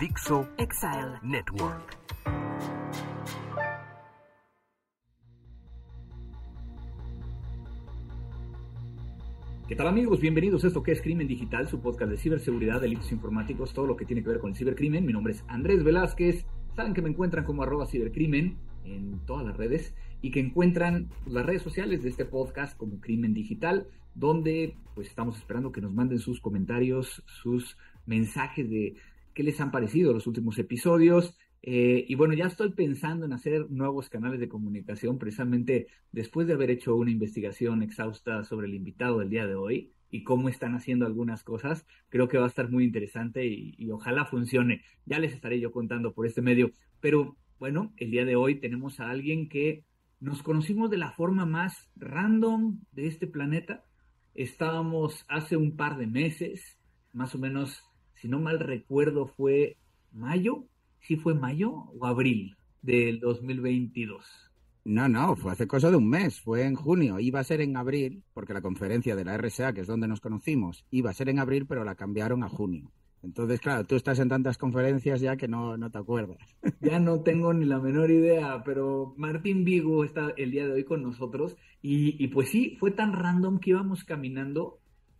Dixo Exile Network. ¿Qué tal, amigos? Bienvenidos a esto que es Crimen Digital, su podcast de ciberseguridad, delitos informáticos, todo lo que tiene que ver con el cibercrimen. Mi nombre es Andrés Velázquez. Saben que me encuentran como @cibercrimen en todas las redes y que encuentran las redes sociales de este podcast como Crimen Digital, donde pues estamos esperando que nos manden sus comentarios, sus mensajes de qué les han parecido los últimos episodios. Y bueno, ya estoy pensando en hacer nuevos canales de comunicación, precisamente después de haber hecho una investigación exhausta sobre el invitado del día de hoy y cómo están haciendo algunas cosas. Creo que va a estar muy interesante y ojalá funcione. Ya les estaré yo contando por este medio. Pero bueno, el día de hoy tenemos a alguien que nos conocimos de la forma más random de este planeta. Estábamos hace un par de meses, más o menos, si no mal recuerdo, fue mayo. ¿Sí fue mayo o abril del 2022? No, fue hace cosa de un mes, fue en junio. Iba a ser en abril, porque la conferencia de la RSA, que es donde nos conocimos, iba a ser en abril, pero la cambiaron a junio. Entonces, claro, tú estás en tantas conferencias ya que no te acuerdas. Ya no tengo ni la menor idea, pero Martín Vigo está el día de hoy con nosotros y pues sí, fue tan random que íbamos caminando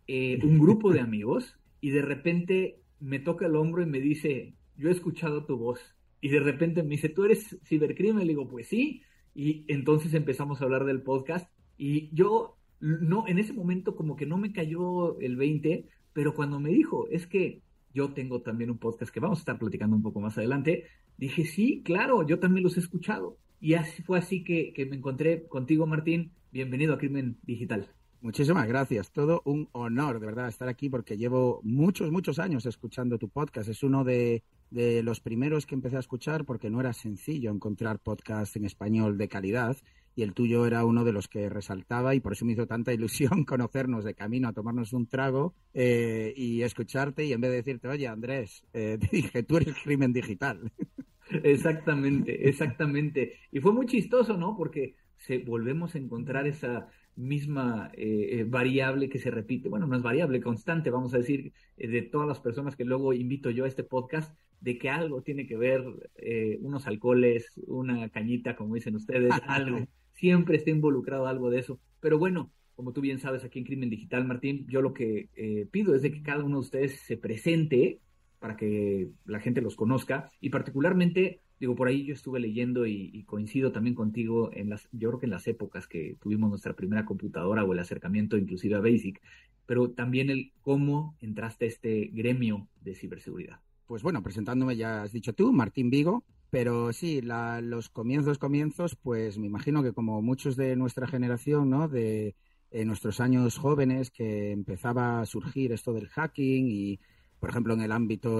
un grupo de amigos y de repente me toca el hombro y me dice: yo he escuchado tu voz. Y de repente me dice: ¿tú eres Cibercrimen? Le digo: pues sí. Y entonces empezamos a hablar del podcast y yo no, en ese momento como que no me cayó el 20, pero cuando me dijo: es que yo tengo también un podcast que vamos a estar platicando un poco más adelante, dije: sí, claro, yo también los he escuchado. Y así fue así que me encontré contigo, Martín. Bienvenido a Crimen Digital. Muchísimas gracias, todo un honor de verdad estar aquí porque llevo muchos años escuchando tu podcast. Es uno de los primeros que empecé a escuchar porque no era sencillo encontrar podcasts en español de calidad y el tuyo era uno de los que resaltaba y por eso me hizo tanta ilusión conocernos de camino a tomarnos un trago y escucharte y en vez de decirte: oye, Andrés, te dije, tú eres Crimen Digital. Exactamente. Y fue muy chistoso, ¿no? Porque volvemos a encontrar esa misma variable que se repite. Bueno, no es variable, constante, vamos a decir, de todas las personas que luego invito yo a este podcast, de que algo tiene que ver, unos alcoholes, una cañita, como dicen ustedes, algo. Siempre está involucrado algo de eso. Pero bueno, como tú bien sabes, aquí en Crimen Digital, Martín, yo lo que pido es de que cada uno de ustedes se presente para que la gente los conozca y particularmente, digo, por ahí yo estuve leyendo y coincido también contigo yo creo que en las épocas que tuvimos nuestra primera computadora o el acercamiento inclusive a BASIC, pero también el cómo entraste a este gremio de ciberseguridad. Pues bueno, presentándome ya has dicho tú, Martín Vigo, pero sí, los comienzos, pues me imagino que como muchos de nuestra generación, ¿no? De nuestros años jóvenes, que empezaba a surgir esto del hacking y, por ejemplo, en el ámbito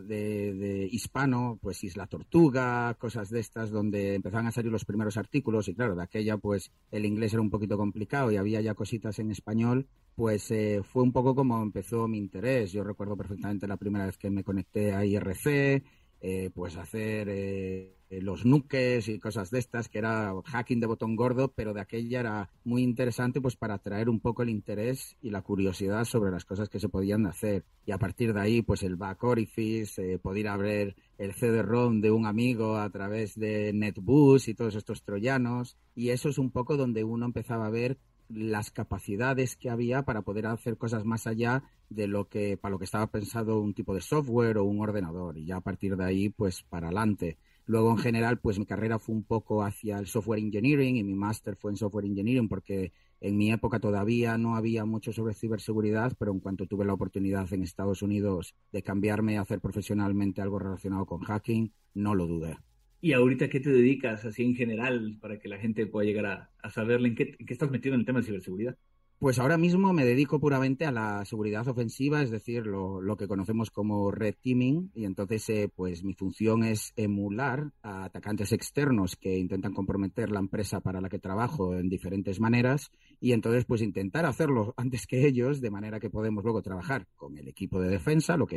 de hispano, pues Isla Tortuga, cosas de estas, donde empezaban a salir los primeros artículos y claro, de aquella pues el inglés era un poquito complicado y había ya cositas en español, pues fue un poco como empezó mi interés. Yo recuerdo perfectamente la primera vez que me conecté a IRC, pues hacer los nukes y cosas de estas, que era hacking de botón gordo, pero de aquella era muy interesante pues para atraer un poco el interés y la curiosidad sobre las cosas que se podían hacer. Y a partir de ahí, pues el back orifice, poder abrir el CD-ROM de un amigo a través de NetBus y todos estos troyanos. Y eso es un poco donde uno empezaba a ver las capacidades que había para poder hacer cosas más allá de para lo que estaba pensado un tipo de software o un ordenador, y ya a partir de ahí pues para adelante. Luego en general pues mi carrera fue un poco hacia el software engineering y mi máster fue en software engineering porque en mi época todavía no había mucho sobre ciberseguridad, pero en cuanto tuve la oportunidad en Estados Unidos de cambiarme a hacer profesionalmente algo relacionado con hacking, no lo dudé. ¿Y ahorita qué te dedicas así en general para que la gente pueda llegar a saberle en qué estás metido en el tema de ciberseguridad? Pues ahora mismo me dedico puramente a la seguridad ofensiva, es decir, lo que conocemos como red teaming, y entonces pues mi función es emular a atacantes externos que intentan comprometer la empresa para la que trabajo en diferentes maneras, y entonces pues intentar hacerlo antes que ellos, de manera que podemos luego trabajar con el equipo de defensa, lo que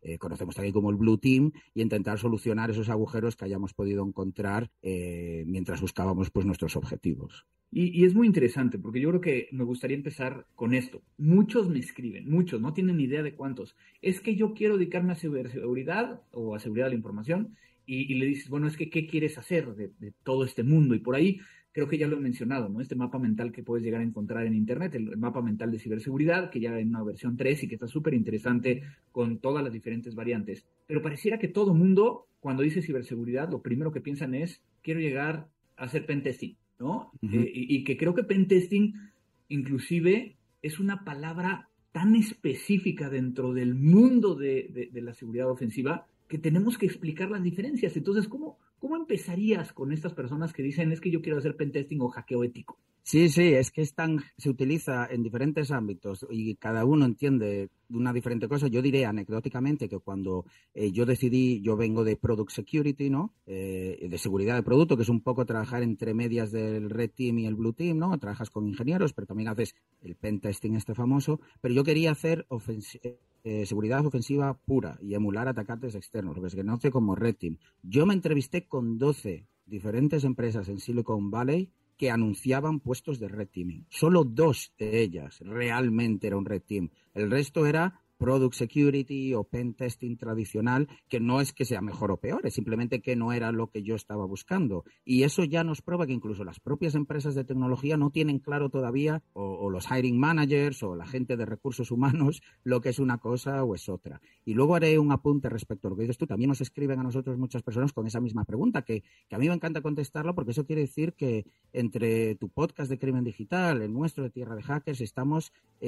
conocemos también como el Blue Team, y intentar solucionar esos agujeros que hayamos podido encontrar mientras buscábamos pues nuestros objetivos. Y es muy interesante, porque yo creo que me gustaría empezar con esto. Muchos me escriben, muchos, no tienen ni idea de cuántos. Es que yo quiero dedicarme a ciberseguridad o a seguridad de la información, y le dices, bueno, es que ¿qué quieres hacer de todo este mundo? Y por ahí creo que ya lo he mencionado, ¿no? Este mapa mental que puedes llegar a encontrar en Internet, el mapa mental de ciberseguridad, que ya en una versión 3 y que está súper interesante con todas las diferentes variantes. Pero pareciera que todo mundo, cuando dice ciberseguridad, lo primero que piensan es, quiero llegar a hacer pentesting, ¿no? Uh-huh. Y que creo que pentesting inclusive es una palabra tan específica dentro del mundo de la seguridad ofensiva que tenemos que explicar las diferencias. Entonces, ¿cómo empezarías con estas personas que dicen es que yo quiero hacer pentesting o hackeo ético? Sí, es que se utiliza en diferentes ámbitos y cada uno entiende una diferente cosa. Yo diré anecdóticamente que cuando yo vengo de Product Security, ¿no? De seguridad de producto, que es un poco trabajar entre medias del Red Team y el Blue Team, ¿no? Trabajas con ingenieros, pero también haces el pentesting famoso. Pero yo quería hacer seguridad ofensiva pura y emular atacantes externos, lo que se conoce como Red Team. Yo me entrevisté con 12 diferentes empresas en Silicon Valley que anunciaban puestos de Red Teaming. Solo 2 de ellas realmente era un Red Team. El resto era Product Security o Pen Testing tradicional, que no es que sea mejor o peor, es simplemente que no era lo que yo estaba buscando. Y eso ya nos prueba que incluso las propias empresas de tecnología no tienen claro todavía, o los hiring managers o la gente de recursos humanos, lo que es una cosa o es otra. Y luego haré un apunte respecto a lo que dices tú. También nos escriben a nosotros muchas personas con esa misma pregunta, que a mí me encanta contestarla, porque eso quiere decir que entre tu podcast de Crimen Digital, el nuestro de Tierra de Hackers, estamos,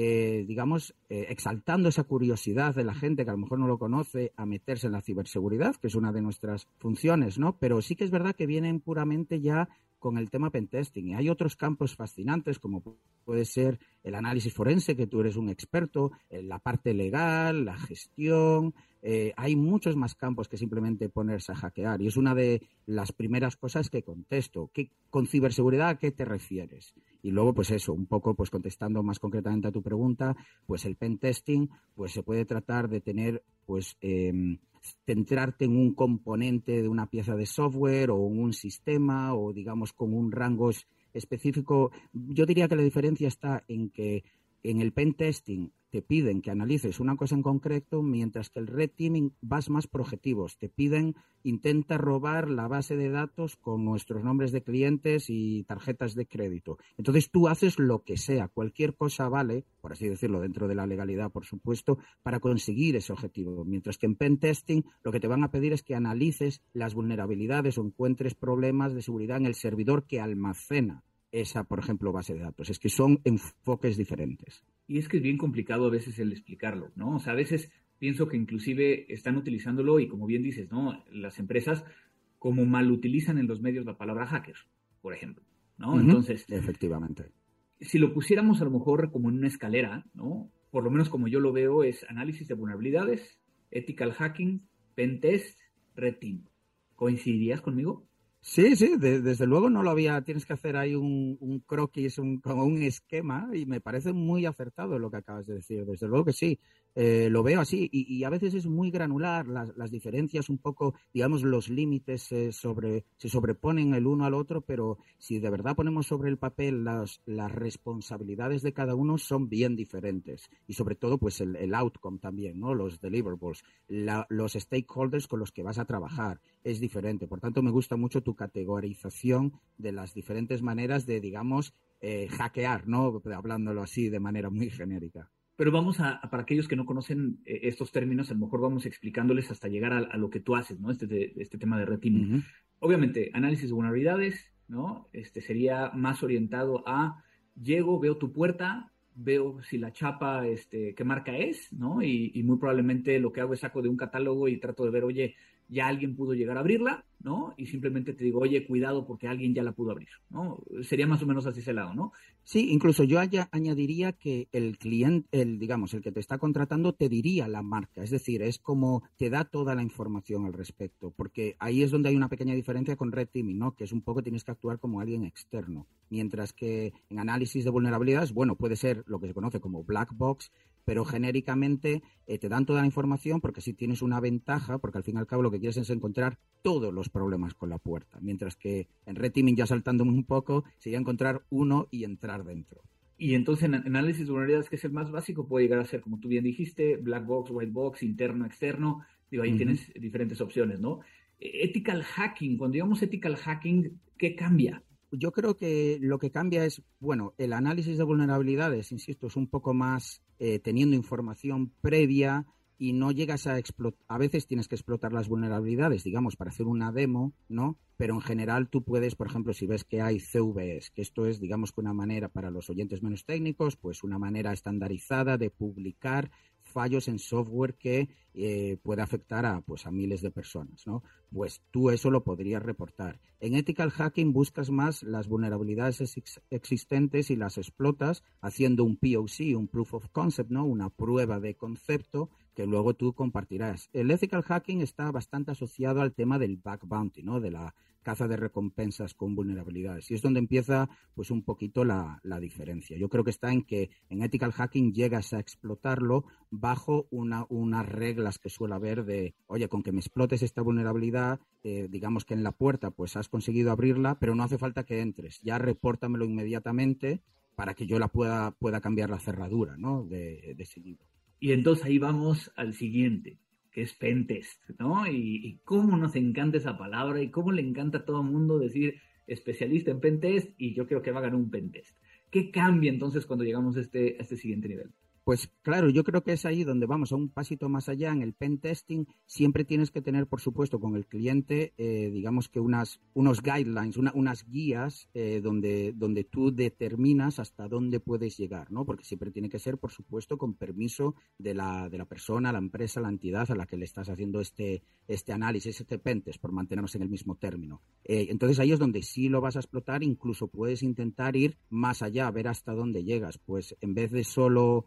exaltando esa curiosidad de la gente que a lo mejor no lo conoce a meterse en la ciberseguridad, que es una de nuestras funciones, ¿no? Pero sí que es verdad que vienen puramente ya con el tema pentesting. Y hay otros campos fascinantes, como puede ser el análisis forense, que tú eres un experto, la parte legal, la gestión. Hay muchos más campos que simplemente ponerse a hackear. Y es una de las primeras cosas que contesto. ¿Con ciberseguridad a qué te refieres? Y luego, pues eso, un poco pues contestando más concretamente a tu pregunta, pues el pentesting pues se puede tratar de tener pues centrarte en un componente de una pieza de software o en un sistema o digamos con un rango específico. Yo diría que la diferencia está en que en el pentesting te piden que analices una cosa en concreto, mientras que el red teaming vas más por objetivos. Te piden, intenta robar la base de datos con nuestros nombres de clientes y tarjetas de crédito. Entonces tú haces lo que sea, cualquier cosa vale, por así decirlo, dentro de la legalidad, por supuesto, para conseguir ese objetivo. Mientras que en pentesting lo que te van a pedir es que analices las vulnerabilidades o encuentres problemas de seguridad en el servidor que almacena esa, por ejemplo, base de datos. Es que son enfoques diferentes. Y es que es bien complicado a veces el explicarlo, ¿no? O sea, a veces pienso que inclusive están utilizándolo y como bien dices, ¿no? Las empresas como mal utilizan en los medios la palabra hacker, por ejemplo, ¿no? Uh-huh. Entonces, efectivamente. Si lo pusiéramos a lo mejor como en una escalera, ¿no? Por lo menos como yo lo veo es análisis de vulnerabilidades, ethical hacking, pen test, red team. ¿Coincidirías conmigo? Sí, desde luego no lo había. Tienes que hacer ahí un croquis, como un esquema, y me parece muy acertado lo que acabas de decir. Desde luego que sí, lo veo así, y a veces es muy granular, las diferencias un poco, digamos, los límites se sobreponen el uno al otro, pero si de verdad ponemos sobre el papel las responsabilidades de cada uno son bien diferentes, y sobre todo pues el outcome también, ¿no? Los deliverables, los stakeholders con los que vas a trabajar es diferente. Por tanto, me gusta mucho tu categorización de las diferentes maneras de, digamos, hackear, ¿no? Hablándolo así de manera muy genérica. Pero vamos para aquellos que no conocen estos términos, a lo mejor vamos explicándoles hasta llegar a lo que tú haces, ¿no? Este tema de red teaming. Uh-huh. Obviamente, análisis de vulnerabilidades, ¿no? Sería más orientado a, llego, veo tu puerta, veo si la chapa, qué marca es, ¿no? Y muy probablemente lo que hago es saco de un catálogo y trato de ver, oye, ya alguien pudo llegar a abrirla, ¿no? Y simplemente te digo, oye, cuidado porque alguien ya la pudo abrir, ¿no? Sería más o menos así ese lado, ¿no? Sí, incluso yo añadiría que el cliente, el que te está contratando te diría la marca, es decir, es como te da toda la información al respecto, porque ahí es donde hay una pequeña diferencia con red teaming, ¿no? Que es un poco tienes que actuar como alguien externo, mientras que en análisis de vulnerabilidades, bueno, puede ser lo que se conoce como black box, pero genéricamente te dan toda la información porque así tienes una ventaja, porque al fin y al cabo lo que quieres es encontrar todos los problemas con la puerta, mientras que en Red Teaming, ya saltándome un poco, sería encontrar uno y entrar dentro. Y entonces en análisis de vulnerabilidades, que es el más básico, puede llegar a ser, como tú bien dijiste, black box, white box, interno, externo. Digo, ahí tienes diferentes opciones, ¿no? Ethical hacking, cuando digamos ethical hacking, ¿qué cambia? Yo creo que lo que cambia es, bueno, el análisis de vulnerabilidades, insisto, es un poco más teniendo información previa y no llegas a explotar. A veces tienes que explotar las vulnerabilidades, digamos, para hacer una demo, ¿no? Pero en general tú puedes, por ejemplo, si ves que hay CVEs, que esto es, digamos, que una manera para los oyentes menos técnicos, pues una manera estandarizada de publicar fallos en software que puede afectar a miles de personas, ¿no? Pues tú eso lo podrías reportar. En Ethical Hacking buscas más las vulnerabilidades existentes y las explotas haciendo un POC, un Proof of Concept, ¿no? Una prueba de concepto que luego tú compartirás. El Ethical Hacking está bastante asociado al tema del bug bounty, ¿no? De la caza de recompensas con vulnerabilidades. Y es donde empieza pues un poquito la diferencia. Yo creo que está en que en Ethical Hacking llegas a explotarlo bajo unas reglas que suele haber de, oye, con que me explotes esta vulnerabilidad, digamos que en la puerta pues has conseguido abrirla, pero no hace falta que entres. Ya repórtamelo inmediatamente para que yo la pueda cambiar la cerradura, ¿no? de seguido. Y entonces ahí vamos al siguiente, que es pentest, ¿no? Y cómo nos encanta esa palabra y cómo le encanta a todo el mundo decir especialista en pentest y yo creo que va a ganar un pentest. ¿Qué cambia entonces cuando llegamos a este siguiente nivel? Pues claro, yo creo que es ahí donde vamos a un pasito más allá. En el pen testing siempre tienes que tener, por supuesto, con el cliente, digamos que unos guidelines, unas guías donde tú determinas hasta dónde puedes llegar, ¿no? Porque siempre tiene que ser, por supuesto, con permiso de la persona, la empresa, la entidad a la que le estás haciendo este análisis, este pen test, por mantenernos en el mismo término. Entonces ahí es donde sí lo vas a explotar, incluso puedes intentar ir más allá, ver hasta dónde llegas. Pues en vez de solo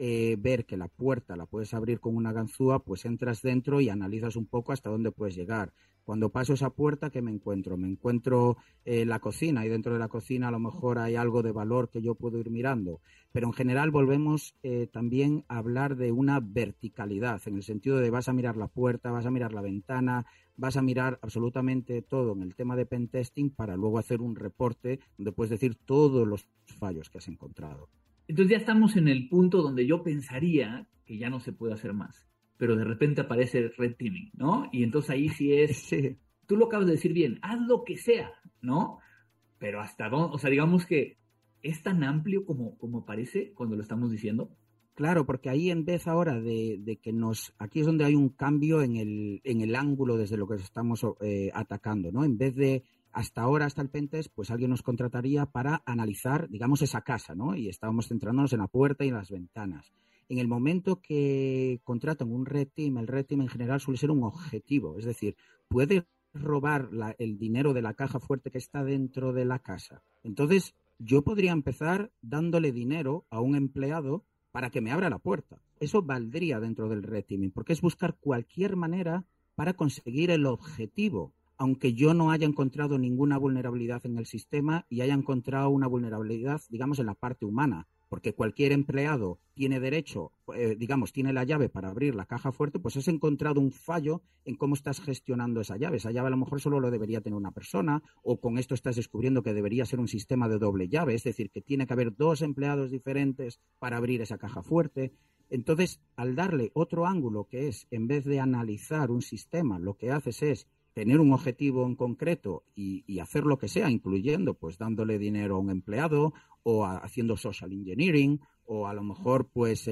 ver que la puerta la puedes abrir con una ganzúa, pues entras dentro y analizas un poco hasta dónde puedes llegar. Cuando paso esa puerta, ¿qué me encuentro? Me encuentro la cocina y dentro de la cocina a lo mejor hay algo de valor que yo puedo ir mirando. Pero en general volvemos también a hablar de una verticalidad, en el sentido de vas a mirar la puerta, vas a mirar la ventana, vas a mirar absolutamente todo en el tema de pentesting para luego hacer un reporte donde puedes decir todos los fallos que has encontrado. Entonces ya estamos en el punto donde yo pensaría que ya no se puede hacer más, pero de repente aparece Red Teaming, ¿no? Y entonces ahí sí es, sí. Tú lo acabas de decir bien, haz lo que sea, ¿no? Pero hasta dónde, o sea, digamos que es tan amplio como parece cuando lo estamos diciendo. Claro, porque ahí en vez ahora de que aquí es donde hay un cambio en el ángulo desde lo que estamos atacando, ¿no? En vez de hasta ahora, hasta el pentest, pues alguien nos contrataría para analizar, digamos, esa casa, ¿no? Y estábamos centrándonos en la puerta y en las ventanas. En el momento que contratan un Red Team, el Red Team en general suele ser un objetivo, es decir, puede robar el dinero de la caja fuerte que está dentro de la casa. Entonces, yo podría empezar dándole dinero a un empleado para que me abra la puerta. Eso valdría dentro del Red Teaming, porque es buscar cualquier manera para conseguir el objetivo, aunque yo no haya encontrado ninguna vulnerabilidad en el sistema y haya encontrado una vulnerabilidad, digamos, en la parte humana, porque cualquier empleado tiene derecho, tiene la llave para abrir la caja fuerte, pues has encontrado un fallo en cómo estás gestionando esa llave. Esa llave a lo mejor solo lo debería tener una persona, o con esto estás descubriendo que debería ser un sistema de doble llave, es decir, que tiene que haber 2 empleados diferentes para abrir esa caja fuerte. Entonces, al darle otro ángulo, que es, en vez de analizar un sistema, lo que haces es tener un objetivo en concreto y hacer lo que sea, incluyendo pues dándole dinero a un empleado o haciendo social engineering, o a lo mejor pues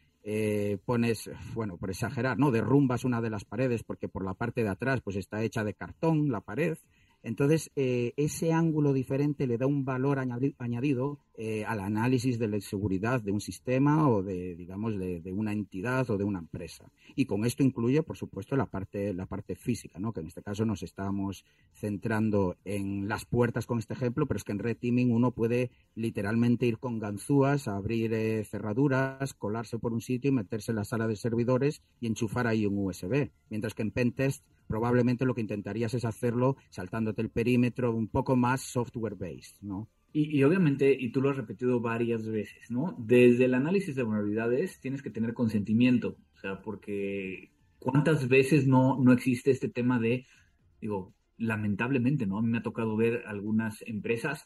pones, bueno, por exagerar, ¿no? Derrumbas una de las paredes porque por la parte de atrás pues está hecha de cartón la pared. Entonces, ese ángulo diferente le da un valor añadido al análisis de la seguridad de un sistema o de una entidad o de una empresa. Y con esto incluye, por supuesto, la parte física, ¿no? Que en este caso nos estamos centrando en las puertas con este ejemplo, pero es que en Red Teaming uno puede literalmente ir con ganzúas a abrir cerraduras, colarse por un sitio y meterse en la sala de servidores y enchufar ahí un USB. Mientras que en Pentest probablemente lo que intentarías es hacerlo saltándote el perímetro un poco más software-based, ¿no? Y obviamente, y tú lo has repetido varias veces, ¿no? Desde el análisis de vulnerabilidades tienes que tener consentimiento, o sea, porque ¿cuántas veces no existe este tema de, digo, lamentablemente, ¿no? A mí me ha tocado ver algunas empresas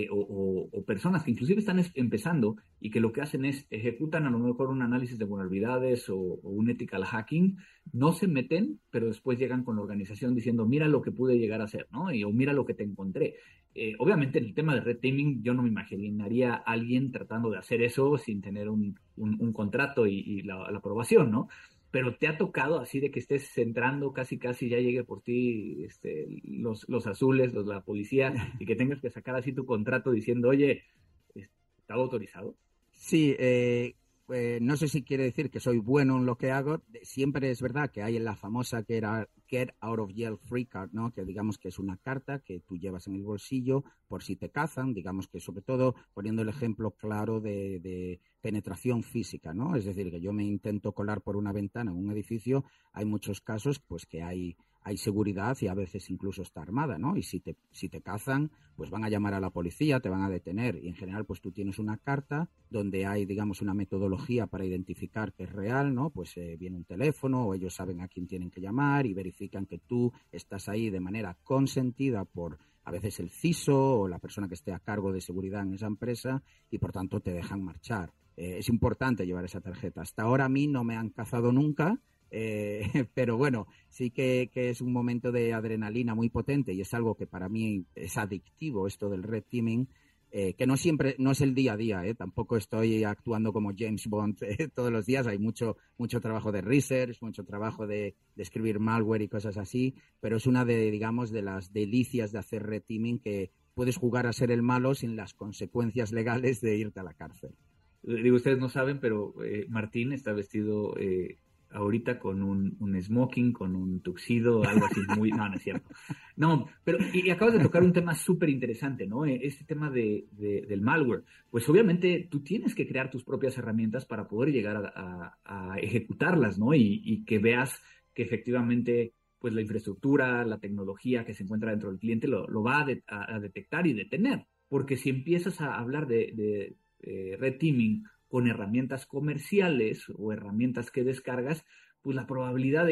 o personas que inclusive están empezando y que lo que hacen es ejecutan a lo mejor un análisis de vulnerabilidades o un ethical hacking, no se meten, pero después llegan con la organización diciendo, mira lo que pude llegar a hacer, ¿no? O mira lo que te encontré. Obviamente en el tema de red teaming yo no me imaginaría a alguien tratando de hacer eso sin tener un contrato y la aprobación, ¿no? Pero te ha tocado así de que estés entrando, casi ya llegue por ti los azules, la policía, y que tengas que sacar así tu contrato diciendo, oye, ¿está autorizado? Sí, no sé si quiere decir que soy bueno en lo que hago. Siempre es verdad que hay en la famosa que era Get Out of Jail Free Card, ¿no? Que digamos que es una carta que tú llevas en el bolsillo por si te cazan, digamos que sobre todo poniendo el ejemplo claro de penetración física, ¿no? Es decir, que yo me intento colar por una ventana en un edificio, hay muchos casos pues que hay seguridad y a veces incluso está armada, ¿no? Y si te cazan, pues van a llamar a la policía, te van a detener y en general pues tú tienes una carta donde hay, digamos, una metodología para identificar que es real, ¿no? Pues viene un teléfono o ellos saben a quién tienen que llamar y verifican que tú estás ahí de manera consentida por a veces el CISO o la persona que esté a cargo de seguridad en esa empresa y por tanto te dejan marchar. Es importante llevar esa tarjeta. Hasta ahora a mí no me han cazado nunca, pero bueno, sí que es un momento de adrenalina muy potente y es algo que para mí es adictivo, esto del red teaming, que no siempre, no es el día a día, tampoco estoy actuando como James Bond todos los días, hay mucho trabajo de research, mucho trabajo de escribir malware y cosas así, pero es una de, digamos, de las delicias de hacer red teaming, que puedes jugar a ser el malo sin las consecuencias legales de irte a la cárcel. Digo, ustedes no saben, pero Martín está vestido ahorita con un smoking, con un tuxedo, algo así muy... No, no es cierto. No, pero y acabas de tocar un tema súper interesante, ¿no? Este tema del malware. Pues obviamente tú tienes que crear tus propias herramientas para poder llegar a ejecutarlas, ¿no? Y que veas que efectivamente pues la infraestructura, la tecnología que se encuentra dentro del cliente lo va a detectar y detener. Porque si empiezas a hablar de red teaming con herramientas comerciales o herramientas que descargas, pues la probabilidad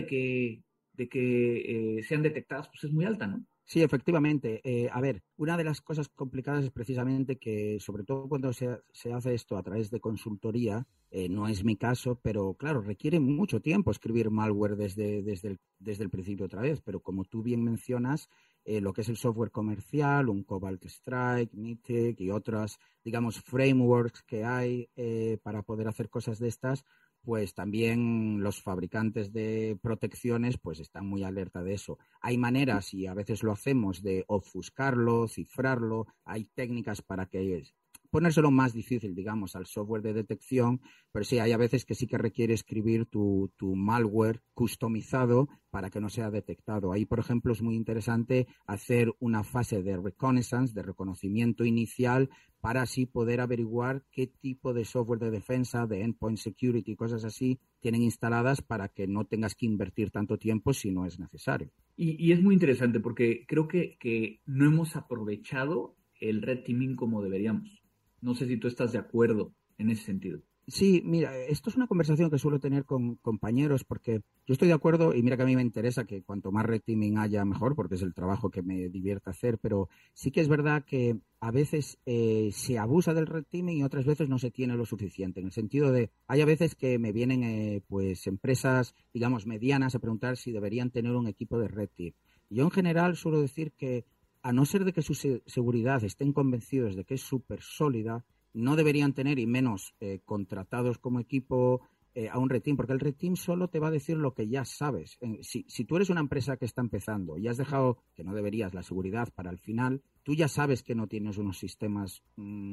de que sean detectadas pues es muy alta, ¿no? Sí, efectivamente. A ver, una de las cosas complicadas es precisamente que, sobre todo cuando se hace esto a través de consultoría, no es mi caso, pero claro, requiere mucho tiempo escribir malware desde el principio otra vez. Pero como tú bien mencionas, lo que es el software comercial, un Cobalt Strike, Mythic y otras, digamos, frameworks que hay para poder hacer cosas de estas, pues también los fabricantes de protecciones pues están muy alerta de eso. Hay maneras, y a veces lo hacemos, de ofuscarlo, cifrarlo. Hay técnicas para que ponérselo más difícil, digamos, al software de detección, pero sí, hay a veces que sí que requiere escribir tu malware customizado para que no sea detectado. Ahí, por ejemplo, es muy interesante hacer una fase de reconnaissance, de reconocimiento inicial, para así poder averiguar qué tipo de software de defensa, de endpoint security, cosas así, tienen instaladas para que no tengas que invertir tanto tiempo si no es necesario. Y es muy interesante porque creo que no hemos aprovechado el red teaming como deberíamos. No sé si tú estás de acuerdo en ese sentido. Sí, mira, esto es una conversación que suelo tener con compañeros porque yo estoy de acuerdo y mira que a mí me interesa que cuanto más red teaming haya mejor porque es el trabajo que me divierte hacer, pero sí que es verdad que a veces se abusa del red teaming y otras veces no se tiene lo suficiente, en el sentido de hay a veces que me vienen pues empresas, digamos, medianas a preguntar si deberían tener un equipo de red team. Yo en general suelo decir que a no ser de que su seguridad estén convencidos de que es súper sólida, no deberían tener, y menos contratados como equipo a un red team, porque el red team solo te va a decir lo que ya sabes. Si tú eres una empresa que está empezando y has dejado, que no deberías, la seguridad para el final, tú ya sabes que no tienes unos sistemas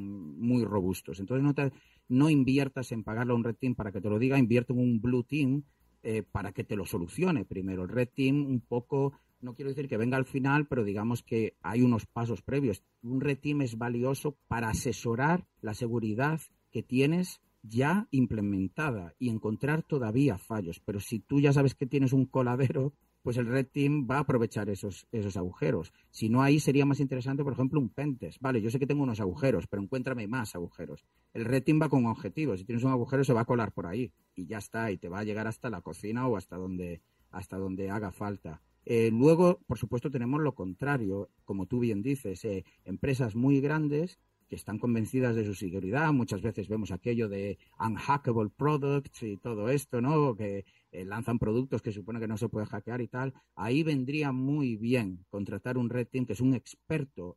muy robustos. Entonces no inviertas en pagarle a un red team para que te lo diga, invierte en un blue team para que te lo solucione primero. El red team un poco... No quiero decir que venga al final, pero digamos que hay unos pasos previos. Un red team es valioso para asesorar la seguridad que tienes ya implementada y encontrar todavía fallos. Pero si tú ya sabes que tienes un coladero, pues el Red Team va a aprovechar esos agujeros. Si no, ahí sería más interesante, por ejemplo, un pentest. Vale, yo sé que tengo unos agujeros, pero encuéntrame más agujeros. El Red Team va con objetivos. Si tienes un agujero, se va a colar por ahí y ya está, y te va a llegar hasta la cocina o hasta donde haga falta. Luego, por supuesto, tenemos lo contrario, como tú bien dices, empresas muy grandes que están convencidas de su seguridad. Muchas veces vemos aquello de unhackable products y todo esto, ¿no? Que lanzan productos que supone que no se puede hackear y tal. Ahí vendría muy bien contratar un Red Team que es un experto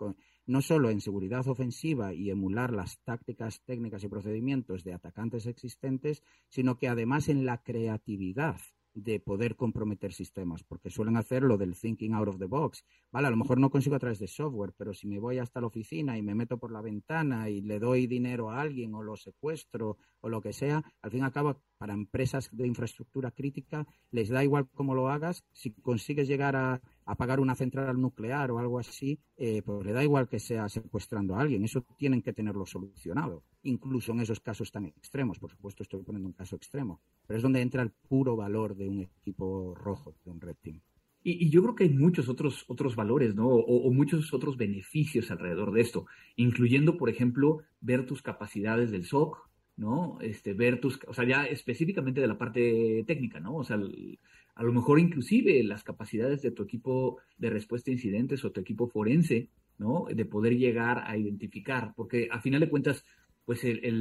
no solo en seguridad ofensiva y emular las tácticas, técnicas y procedimientos de atacantes existentes, sino que además en la creatividad de poder comprometer sistemas, porque suelen hacer lo del thinking out of the box. Vale, a lo mejor no consigo a través de software, pero si me voy hasta la oficina y me meto por la ventana y le doy dinero a alguien o lo secuestro o lo que sea, al fin y al cabo, para empresas de infraestructura crítica, les da igual cómo lo hagas. Si consigues llegar a apagar una central nuclear o algo así, pues le da igual que sea secuestrando a alguien. Eso tienen que tenerlo solucionado, incluso en esos casos tan extremos. Por supuesto, estoy poniendo un caso extremo, pero es donde entra el puro valor de un equipo rojo, de un Red Team. Y yo creo que hay muchos otros valores, ¿no? O muchos otros beneficios alrededor de esto, incluyendo, por ejemplo, ver tus capacidades del SOC, ¿no? Ver o sea, ya específicamente de la parte técnica, ¿no? O sea, a lo mejor inclusive las capacidades de tu equipo de respuesta a incidentes o tu equipo forense, ¿no? De poder llegar a identificar, porque a final de cuentas, pues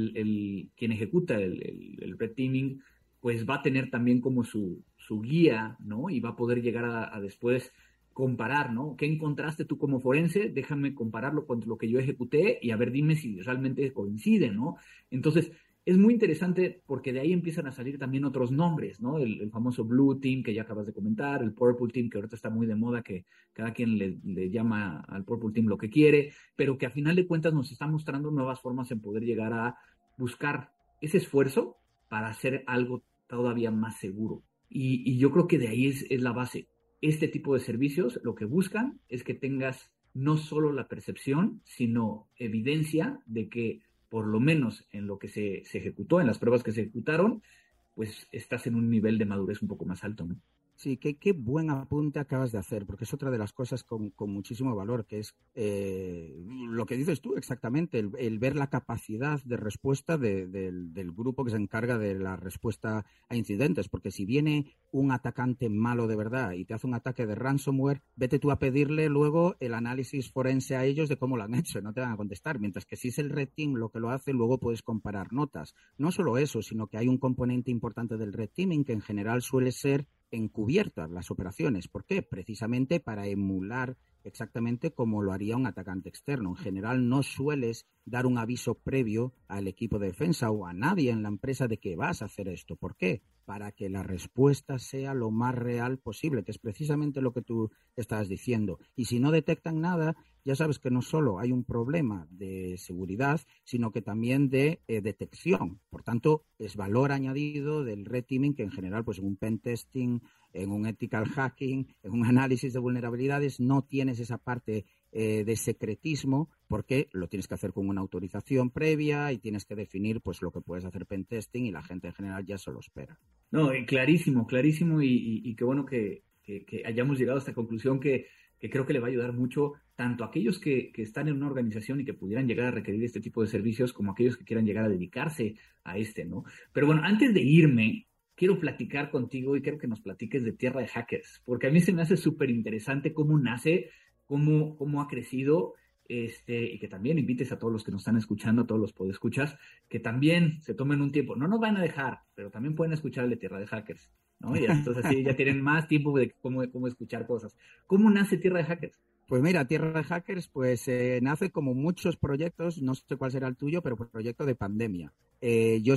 quien ejecuta el red teaming, pues va a tener también como su guía, ¿no? Y va a poder llegar a después comparar, ¿no? ¿Qué encontraste tú como forense? Déjame compararlo con lo que yo ejecuté y a ver, dime si realmente coincide, ¿no? Entonces, es muy interesante porque de ahí empiezan a salir también otros nombres, ¿no? El famoso Blue Team que ya acabas de comentar, el Purple Team que ahorita está muy de moda, que cada quien le llama al Purple Team lo que quiere, pero que a final de cuentas nos está mostrando nuevas formas en poder llegar a buscar ese esfuerzo para hacer algo todavía más seguro. Y yo creo que de ahí es la base. Este tipo de servicios lo que buscan es que tengas no solo la percepción, sino evidencia de que por lo menos en lo que se ejecutó, en las pruebas que se ejecutaron, pues estás en un nivel de madurez un poco más alto, ¿no? Sí, qué buen apunte acabas de hacer, porque es otra de las cosas con muchísimo valor, que es lo que dices tú exactamente, el ver la capacidad de respuesta del grupo que se encarga de la respuesta a incidentes, porque si viene un atacante malo de verdad y te hace un ataque de ransomware, vete tú a pedirle luego el análisis forense a ellos de cómo lo han hecho, no te van a contestar, mientras que si es el Red Team lo que lo hace, luego puedes comparar notas. No solo eso, sino que hay un componente importante del Red Teaming que en general suele ser encubiertas las operaciones. ¿Por qué? Precisamente para emular exactamente como lo haría un atacante externo. En general no sueles dar un aviso previo al equipo de defensa o a nadie en la empresa de que vas a hacer esto. ¿Por qué? Para que la respuesta sea lo más real posible, que es precisamente lo que tú estás diciendo. Y si no detectan nada, ya sabes que no solo hay un problema de seguridad, sino que también de detección. Por tanto, es valor añadido del red teaming que en general, pues en un pen testing, en un ethical hacking, en un análisis de vulnerabilidades, no tienes esa parte de secretismo, porque lo tienes que hacer con una autorización previa y tienes que definir pues lo que puedes hacer pen testing y la gente en general ya se lo espera. No, clarísimo y qué bueno que hayamos llegado a esta conclusión que creo que le va a ayudar mucho tanto a aquellos que están en una organización y que pudieran llegar a requerir este tipo de servicios como a aquellos que quieran llegar a dedicarse a ¿no? Pero bueno, antes de irme, quiero platicar contigo y quiero que nos platiques de Tierra de Hackers, porque a mí se me hace súper interesante cómo nace, cómo ha crecido, y que también invites a todos los que nos están escuchando, a todos los podescuchas, que también se tomen un tiempo. No nos van a dejar, pero también pueden escuchar el de Tierra de Hackers, ¿no? Y entonces así ya tienen más tiempo de cómo escuchar cosas. ¿Cómo nace Tierra de Hackers? Pues mira, Tierra de Hackers pues nace como muchos proyectos, no sé cuál será el tuyo, pero proyecto de pandemia. Yo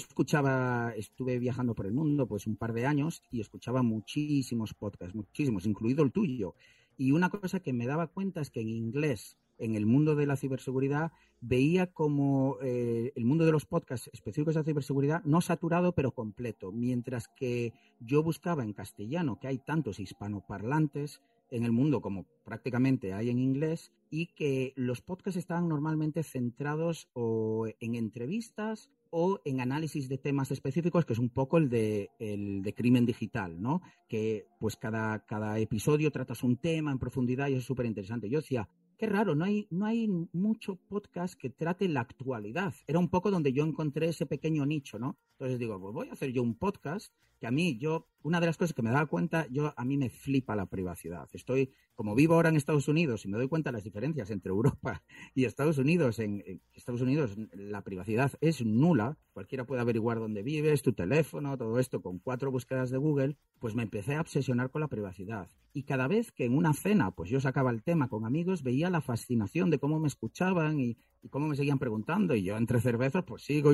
estuve viajando por el mundo pues un par de años y escuchaba muchísimos podcasts, muchísimos, incluido el tuyo. Y una cosa que me daba cuenta es que en inglés, en el mundo de la ciberseguridad, veía como el mundo de los podcasts específicos de ciberseguridad no saturado pero completo, mientras que yo buscaba en castellano, que hay tantos hispanoparlantes, en el mundo como prácticamente hay en inglés, y que los podcasts estaban normalmente centrados o en entrevistas o en análisis de temas específicos, que es un poco el de crimen digital, ¿no? Que pues cada episodio tratas un tema en profundidad y es súper interesante. Yo decía, qué raro, no hay mucho podcast que trate la actualidad. Era un poco donde yo encontré ese pequeño nicho, ¿no? Entonces digo, pues voy a hacer yo un podcast que a mí, una de las cosas que me daba cuenta, a mí me flipa la privacidad. Como vivo ahora en Estados Unidos y me doy cuenta de las diferencias entre Europa y Estados Unidos, en Estados Unidos la privacidad es nula, cualquiera puede averiguar dónde vives, tu teléfono, todo esto con 4 búsquedas de Google, pues me empecé a obsesionar con la privacidad. Y cada vez que en una cena, pues yo sacaba el tema con amigos, veía la fascinación de cómo me escuchaban y cómo me seguían preguntando, y yo entre cervezas pues sigo.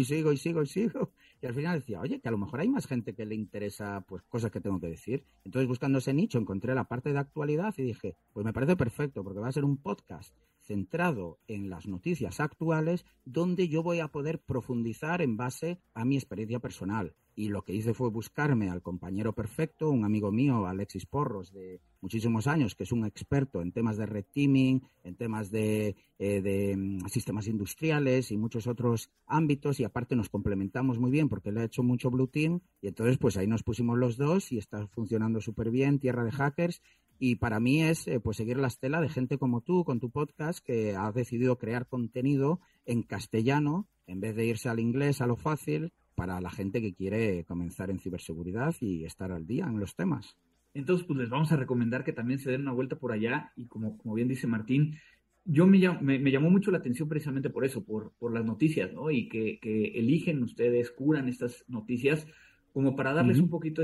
Y al final decía, oye, que a lo mejor hay más gente que le interesa pues cosas que tengo que decir. Entonces, buscando ese nicho, encontré la parte de actualidad y dije, pues me parece perfecto, porque va a ser un podcast centrado en las noticias actuales, donde yo voy a poder profundizar en base a mi experiencia personal. Y lo que hice fue buscarme al compañero perfecto, un amigo mío, Alexis Porros, de muchísimos años, que es un experto en temas de red teaming, en temas de sistemas industriales y muchos otros ámbitos, y aparte nos complementamos muy bien porque él ha hecho mucho Blue Team, y entonces pues ahí nos pusimos los dos y está funcionando súper bien, Tierra de Hackers. Y para mí es pues seguir la estela de gente como tú, con tu podcast, que ha decidido crear contenido en castellano en vez de irse al inglés a lo fácil, para la gente que quiere comenzar en ciberseguridad y estar al día en los temas. Entonces, pues les vamos a recomendar que también se den una vuelta por allá, y como bien dice Martín, me llamó mucho la atención precisamente por eso, por las noticias, ¿no? Y que eligen ustedes, curan estas noticias como para darles un poquito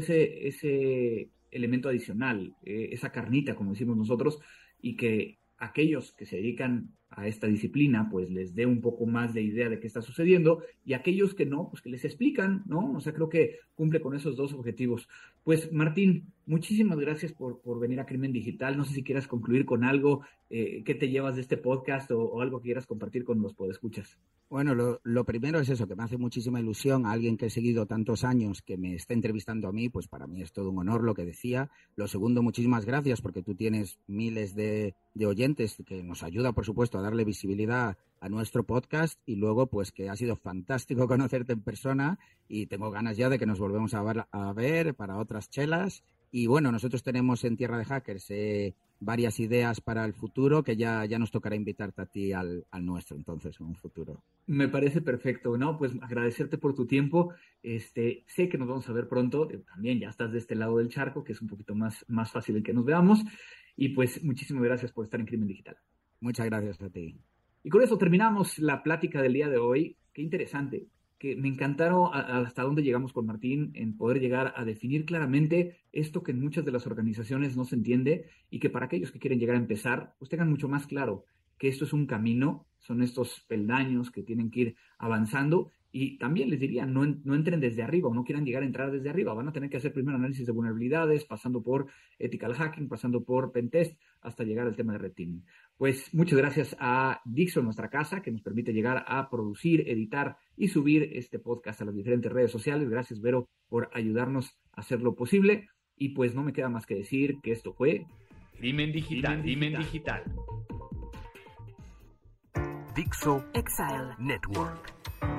ese elemento adicional, esa carnita, como decimos nosotros, y que aquellos que se dedican a esta disciplina, pues les dé un poco más de idea de qué está sucediendo, y aquellos que no, pues que les explican, ¿no? O sea, creo que cumple con esos dos objetivos. Pues Martín, muchísimas gracias por venir a Crimen Digital. No sé si quieras concluir con algo, ¿qué te llevas de este podcast o algo que quieras compartir con los podescuchas? Bueno, lo primero es eso, que me hace muchísima ilusión a alguien que he seguido tantos años que me está entrevistando a mí, pues para mí es todo un honor lo que decía. Lo segundo, muchísimas gracias, porque tú tienes miles de oyentes, que nos ayuda, por supuesto, a darle visibilidad a nuestro podcast, y luego pues que ha sido fantástico conocerte en persona, y tengo ganas ya de que nos volvemos a ver para otras chelas. Y bueno, nosotros tenemos en Tierra de Hackers varias ideas para el futuro, que ya nos tocará invitarte a ti al nuestro, entonces, en un futuro. Me parece perfecto, ¿no? Pues agradecerte por tu tiempo. Sé que nos vamos a ver pronto. También ya estás de este lado del charco, que es un poquito más fácil el que nos veamos. Y pues muchísimas gracias por estar en Crimen Digital. Muchas gracias a ti. Y con eso terminamos la plática del día de hoy. Qué interesante, que me encantaron hasta dónde llegamos con Martín, en poder llegar a definir claramente esto que en muchas de las organizaciones no se entiende, y que para aquellos que quieren llegar a empezar, pues tengan mucho más claro que esto es un camino, son estos peldaños que tienen que ir avanzando. Y también les diría, no entren desde arriba, o no quieran llegar a entrar desde arriba. Van a tener que hacer primero análisis de vulnerabilidades, pasando por ethical hacking, pasando por pentest, hasta llegar al tema de red teaming. Pues muchas gracias a Dixon, nuestra casa, que nos permite llegar a producir, editar y subir este podcast a las diferentes redes sociales. Gracias, Vero, por ayudarnos a hacerlo posible. Y pues no me queda más que decir que esto fue Crimen Digital. Crimen Digital. Dixo Exile Network.